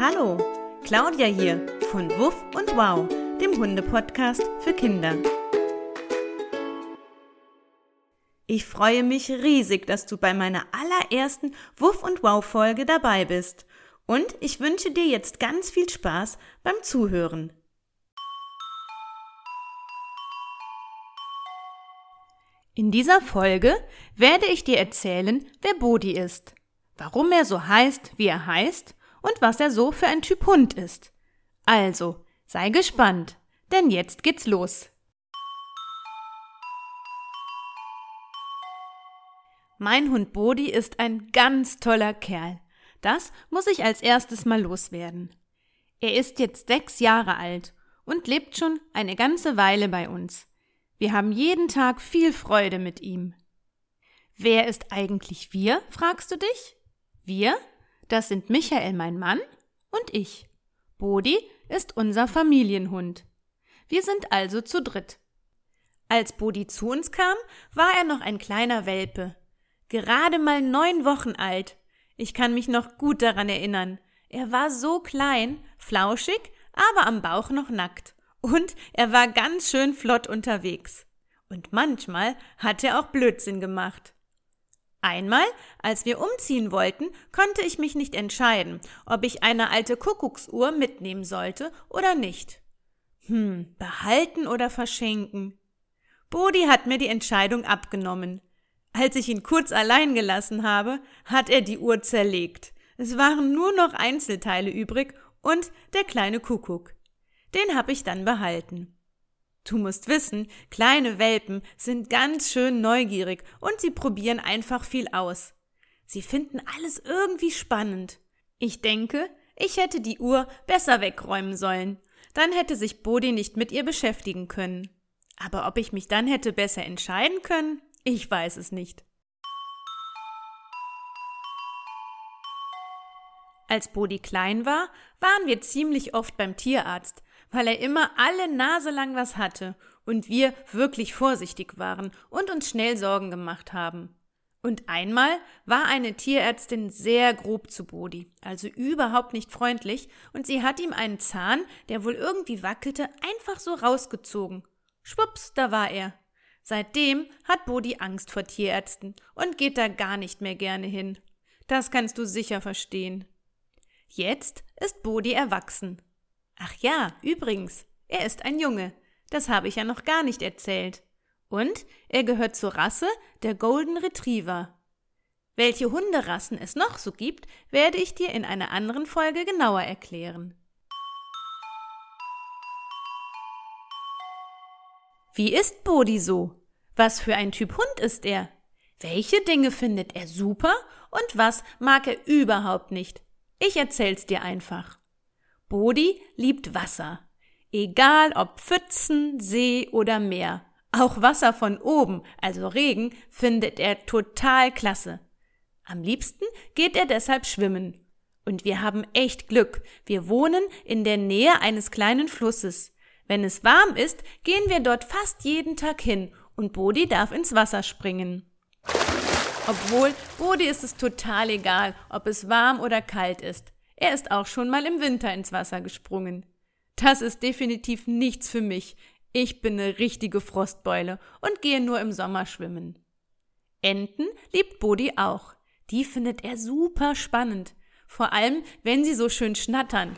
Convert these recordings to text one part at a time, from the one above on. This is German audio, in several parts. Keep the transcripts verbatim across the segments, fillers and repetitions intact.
Hallo, Claudia hier von Wuff und Wow, dem Hunde-Podcast für Kinder. Ich freue mich riesig, dass du bei meiner allerersten Wuff und Wow-Folge dabei bist. Und ich wünsche dir jetzt ganz viel Spaß beim Zuhören. In dieser Folge werde ich dir erzählen, wer Bodi ist, warum er so heißt, wie er heißt und was er so für ein Typ Hund ist. Also, sei gespannt, denn jetzt geht's los. Mein Hund Bodi ist ein ganz toller Kerl. Das muss ich als erstes mal loswerden. Er ist jetzt sechs Jahre alt und lebt schon eine ganze Weile bei uns. Wir haben jeden Tag viel Freude mit ihm. Wer ist eigentlich wir, fragst du dich? Wir? Das sind Michael, mein Mann, und ich. Bodi ist unser Familienhund. Wir sind also zu dritt. Als Bodi zu uns kam, war er noch ein kleiner Welpe. Gerade mal neun Wochen alt. Ich kann mich noch gut daran erinnern. Er war so klein, flauschig, aber am Bauch noch nackt. Und er war ganz schön flott unterwegs. Und manchmal hat er auch Blödsinn gemacht. Einmal, als wir umziehen wollten, konnte ich mich nicht entscheiden, ob ich eine alte Kuckucksuhr mitnehmen sollte oder nicht. Hm, behalten oder verschenken? Bodi hat mir die Entscheidung abgenommen. Als ich ihn kurz allein gelassen habe, hat er die Uhr zerlegt. Es waren nur noch Einzelteile übrig und der kleine Kuckuck. Den habe ich dann behalten. Du musst wissen, kleine Welpen sind ganz schön neugierig und sie probieren einfach viel aus. Sie finden alles irgendwie spannend. Ich denke, ich hätte die Uhr besser wegräumen sollen. Dann hätte sich Bodi nicht mit ihr beschäftigen können. Aber ob ich mich dann hätte besser entscheiden können, ich weiß es nicht. Als Bodi klein war, waren wir ziemlich oft beim Tierarzt, weil er immer alle Nase lang was hatte und wir wirklich vorsichtig waren und uns schnell Sorgen gemacht haben. Und einmal war eine Tierärztin sehr grob zu Bodi, also überhaupt nicht freundlich, und sie hat ihm einen Zahn, der wohl irgendwie wackelte, einfach so rausgezogen. Schwupps, da war er. Seitdem hat Bodi Angst vor Tierärzten und geht da gar nicht mehr gerne hin. Das kannst du sicher verstehen. Jetzt ist Bodi erwachsen. Ach ja, übrigens, er ist ein Junge. Das habe ich ja noch gar nicht erzählt. Und er gehört zur Rasse der Golden Retriever. Welche Hunderassen es noch so gibt, werde ich dir in einer anderen Folge genauer erklären. Wie ist Bodi so? Was für ein Typ Hund ist er? Welche Dinge findet er super und was mag er überhaupt nicht? Ich erzähl's dir einfach. Bodi liebt Wasser. Egal ob Pfützen, See oder Meer. Auch Wasser von oben, also Regen, findet er total klasse. Am liebsten geht er deshalb schwimmen. Und wir haben echt Glück. Wir wohnen in der Nähe eines kleinen Flusses. Wenn es warm ist, gehen wir dort fast jeden Tag hin und Bodi darf ins Wasser springen. Obwohl, Bodi ist es total egal, ob es warm oder kalt ist. Er ist auch schon mal im Winter ins Wasser gesprungen. Das ist definitiv nichts für mich. Ich bin eine richtige Frostbeule und gehe nur im Sommer schwimmen. Enten liebt Bodi auch. Die findet er super spannend. Vor allem, wenn sie so schön schnattern.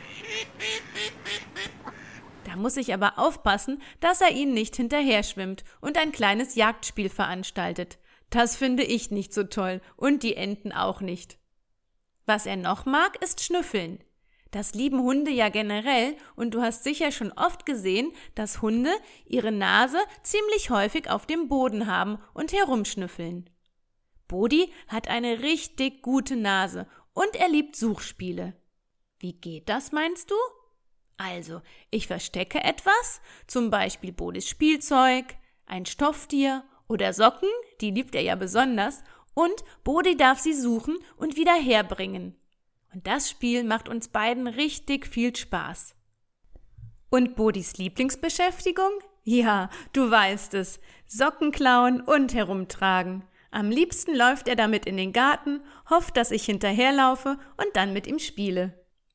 Da muss ich aber aufpassen, dass er ihnen nicht hinterher schwimmt und ein kleines Jagdspiel veranstaltet. Das finde ich nicht so toll und die Enten auch nicht. Was er noch mag, ist Schnüffeln. Das lieben Hunde ja generell und du hast sicher schon oft gesehen, dass Hunde ihre Nase ziemlich häufig auf dem Boden haben und herumschnüffeln. Bodi hat eine richtig gute Nase und er liebt Suchspiele. Wie geht das, meinst du? Also, ich verstecke etwas, zum Beispiel Bodis Spielzeug, ein Stofftier oder Socken, die liebt er ja besonders, und Bodi darf sie suchen und wieder herbringen. Und das Spiel macht uns beiden richtig viel Spaß. Und Bodis Lieblingsbeschäftigung? Ja, du weißt es, Socken klauen und herumtragen. Am liebsten läuft er damit in den Garten, hofft, dass ich hinterherlaufe und dann mit ihm spiele.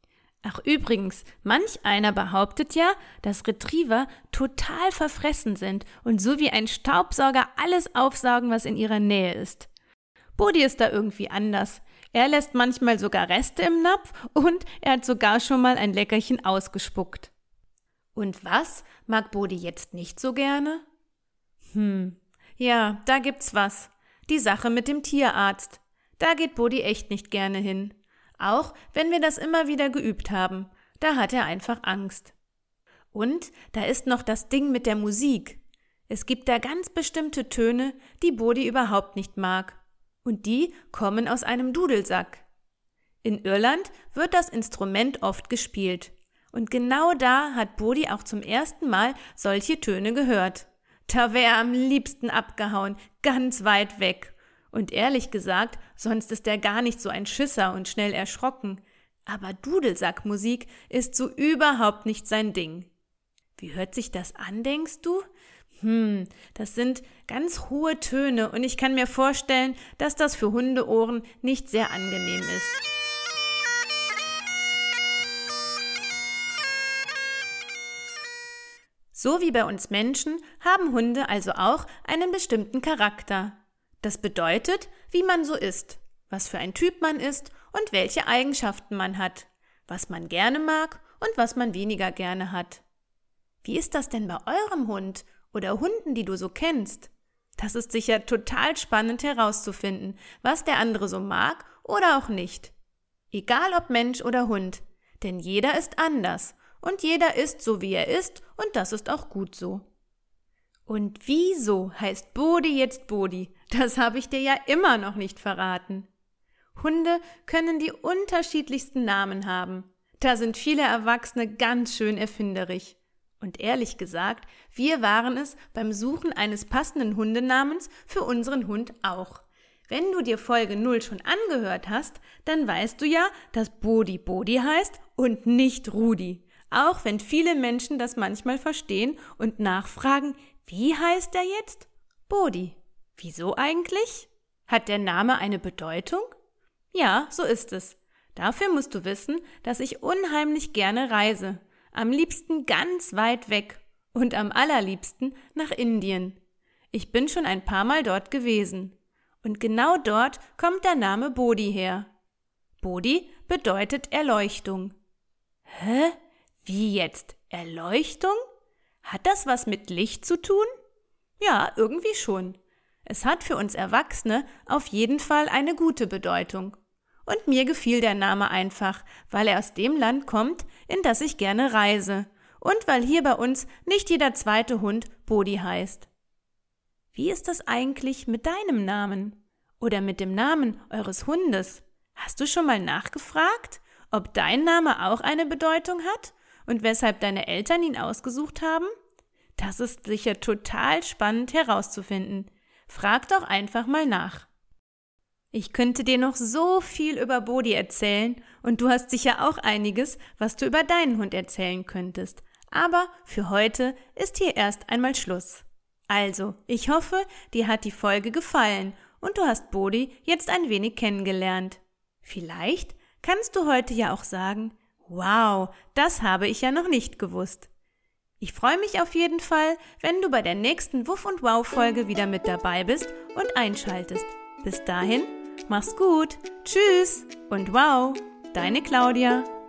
Ach übrigens, manch einer behauptet ja, dass Retriever total verfressen sind und so wie ein Staubsauger alles aufsaugen, was in ihrer Nähe ist. Bodhi ist da irgendwie anders. Er lässt manchmal sogar Reste im Napf und er hat sogar schon mal ein Leckerchen ausgespuckt. Und was mag Bodhi jetzt nicht so gerne? Hm, ja, da gibt's was. Die Sache mit dem Tierarzt. Da geht Bodhi echt nicht gerne hin. Auch wenn wir das immer wieder geübt haben, da hat er einfach Angst. Und da ist noch das Ding mit der Musik. Es gibt da ganz bestimmte Töne, die Bodhi überhaupt nicht mag. Und die kommen aus einem Dudelsack. In Irland wird das Instrument oft gespielt. Und genau da hat Bodhi auch zum ersten Mal solche Töne gehört. Da wäre er am liebsten abgehauen, ganz weit weg. Und ehrlich gesagt, sonst ist er gar nicht so ein Schisser und schnell erschrocken. Aber Dudelsackmusik ist so überhaupt nicht sein Ding. Wie hört sich das an, denkst du? Hm, das sind ganz hohe Töne und ich kann mir vorstellen, dass das für Hundeohren nicht sehr angenehm ist. So wie bei uns Menschen haben Hunde also auch einen bestimmten Charakter. Das bedeutet, wie man so ist, was für ein Typ man ist und welche Eigenschaften man hat, was man gerne mag und was man weniger gerne hat. Wie ist das denn bei eurem Hund oder Hunden, die du so kennst? Das ist sicher total spannend herauszufinden, was der andere so mag oder auch nicht. Egal ob Mensch oder Hund, denn jeder ist anders und jeder ist so, wie er ist und das ist auch gut so. Und wieso heißt Bodhi jetzt Bodhi? Das habe ich dir ja immer noch nicht verraten. Hunde können die unterschiedlichsten Namen haben. Da sind viele Erwachsene ganz schön erfinderisch. Und ehrlich gesagt, wir waren es beim Suchen eines passenden Hundenamens für unseren Hund auch. Wenn du dir Folge null schon angehört hast, dann weißt du ja, dass Bodhi Bodhi heißt und nicht Rudi. Auch wenn viele Menschen das manchmal verstehen und nachfragen, wie heißt er jetzt? Bodhi. Wieso eigentlich? Hat der Name eine Bedeutung? Ja, so ist es. Dafür musst du wissen, dass ich unheimlich gerne reise. Am liebsten ganz weit weg und am allerliebsten nach Indien. Ich bin schon ein paar Mal dort gewesen. Und genau dort kommt der Name Bodhi her. Bodhi bedeutet Erleuchtung. Hä? Wie jetzt? Erleuchtung? Hat das was mit Licht zu tun? Ja, irgendwie schon. Es hat für uns Erwachsene auf jeden Fall eine gute Bedeutung. Und mir gefiel der Name einfach, weil er aus dem Land kommt, in das ich gerne reise. Und weil hier bei uns nicht jeder zweite Hund Bodhi heißt. Wie ist das eigentlich mit deinem Namen? Oder mit dem Namen eures Hundes? Hast du schon mal nachgefragt, ob dein Name auch eine Bedeutung hat und weshalb deine Eltern ihn ausgesucht haben? Das ist sicher total spannend herauszufinden. Frag doch einfach mal nach. Ich könnte dir noch so viel über Bodhi erzählen und du hast sicher auch einiges, was du über deinen Hund erzählen könntest. Aber für heute ist hier erst einmal Schluss. Also, ich hoffe, dir hat die Folge gefallen und du hast Bodhi jetzt ein wenig kennengelernt. Vielleicht kannst du heute ja auch sagen, wow, das habe ich ja noch nicht gewusst. Ich freue mich auf jeden Fall, wenn du bei der nächsten Wuff und Wow Folge wieder mit dabei bist und einschaltest. Bis dahin, mach's gut, tschüss und wow, deine Claudia.